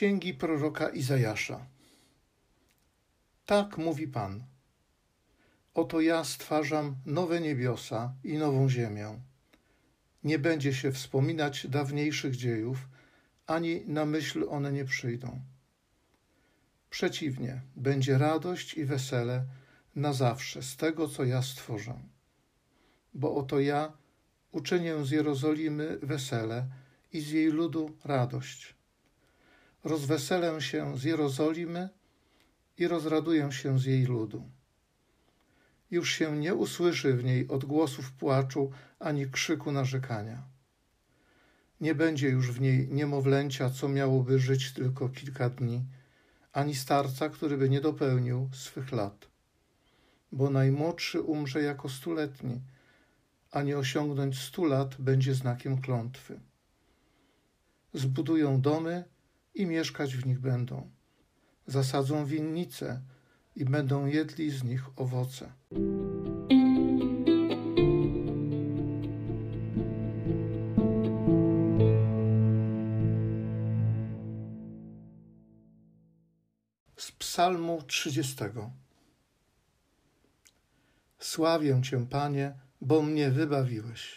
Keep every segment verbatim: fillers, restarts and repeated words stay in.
księgi proroka Izajasza. Tak mówi Pan. Oto ja stwarzam nowe niebiosa i nową ziemię. Nie będzie się wspominać dawniejszych dziejów, ani na myśl one nie przyjdą. Przeciwnie, będzie radość i wesele na zawsze z tego, co ja stworzę. Bo oto ja uczynię z Jerozolimy wesele i z jej ludu radość. Rozweselę się z Jerozolimy i rozraduję się z jej ludu. Już się nie usłyszy w niej odgłosów płaczu ani krzyku narzekania. Nie będzie już w niej niemowlęcia, co miałoby żyć tylko kilka dni, ani starca, który by nie dopełnił swych lat. Bo najmłodszy umrze jako stuletni, a nie osiągnąć stu lat będzie znakiem klątwy. Zbudują domy i mieszkać w nich będą. Zasadzą winnice i będą jedli z nich owoce. Z Psalmu trzydziestego. Sławię Cię, Panie, bo mnie wybawiłeś.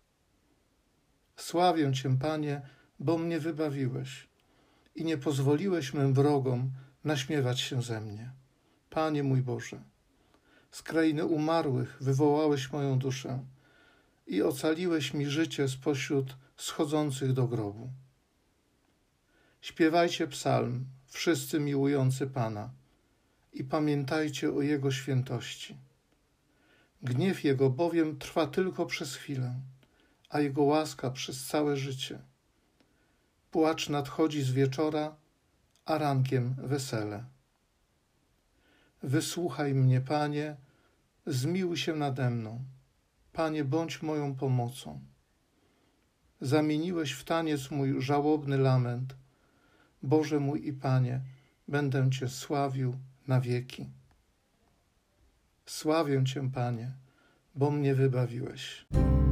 Sławię Cię, Panie, bo mnie wybawiłeś i nie pozwoliłeś mym wrogom naśmiewać się ze mnie. Panie mój Boże, z krainy umarłych wywołałeś moją duszę i ocaliłeś mi życie spośród schodzących do grobu. Śpiewajcie psalm, wszyscy miłujący Pana, i pamiętajcie o Jego świętości. Gniew Jego bowiem trwa tylko przez chwilę, a Jego łaska przez całe życie. Płacz nadchodzi z wieczora, a rankiem wesele. Wysłuchaj mnie, Panie, zmiłuj się nade mną. Panie, bądź moją pomocą. Zamieniłeś w taniec mój żałobny lament. Boże mój i Panie, będę Cię sławił na wieki. Sławię Cię, Panie, bo mnie wybawiłeś.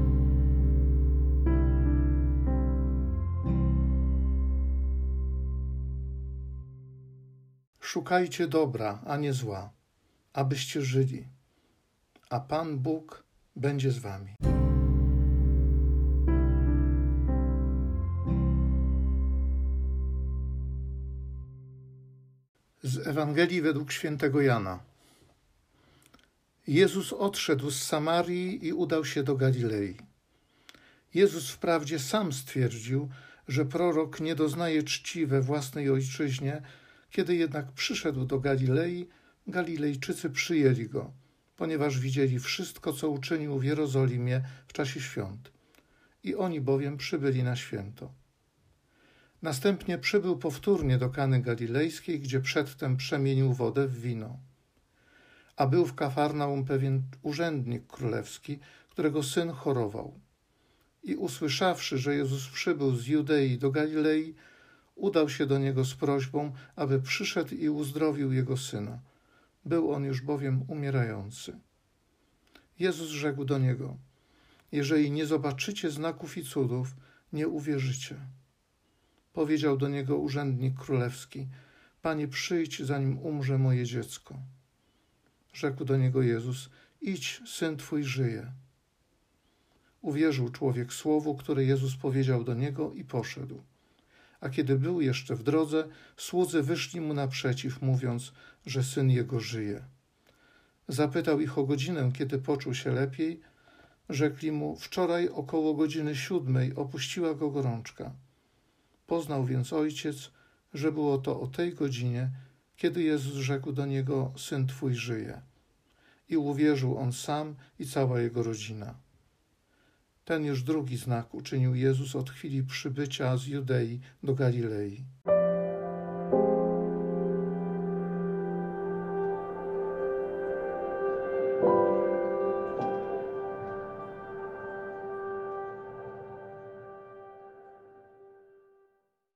Szukajcie dobra, a nie zła, abyście żyli, a Pan Bóg będzie z wami. Z Ewangelii według świętego Jana. Jezus odszedł z Samarii i udał się do Galilei. Jezus wprawdzie sam stwierdził, że prorok nie doznaje czci we własnej ojczyźnie. Kiedy jednak przyszedł do Galilei, Galilejczycy przyjęli go, ponieważ widzieli wszystko, co uczynił w Jerozolimie w czasie świąt. I oni bowiem przybyli na święto. Następnie przybył powtórnie do Kany Galilejskiej, gdzie przedtem przemienił wodę w wino. A był w Kafarnaum pewien urzędnik królewski, którego syn chorował. I usłyszawszy, że Jezus przybył z Judei do Galilei, udał się do niego z prośbą, aby przyszedł i uzdrowił jego syna. Był on już bowiem umierający. Jezus rzekł do niego: jeżeli nie zobaczycie znaków i cudów, nie uwierzycie. Powiedział do niego urzędnik królewski: Panie, przyjdź, zanim umrze moje dziecko. Rzekł do niego Jezus: idź, syn twój żyje. Uwierzył człowiek słowu, które Jezus powiedział do niego, i poszedł. A kiedy był jeszcze w drodze, słudzy wyszli mu naprzeciw, mówiąc, że syn jego żyje. Zapytał ich o godzinę, kiedy poczuł się lepiej. Rzekli mu: wczoraj około godziny siódmej opuściła go gorączka. Poznał więc ojciec, że było to o tej godzinie, kiedy Jezus rzekł do niego: syn twój żyje. I uwierzył on sam i cała jego rodzina. Ten już drugi znak uczynił Jezus od chwili przybycia z Judei do Galilei.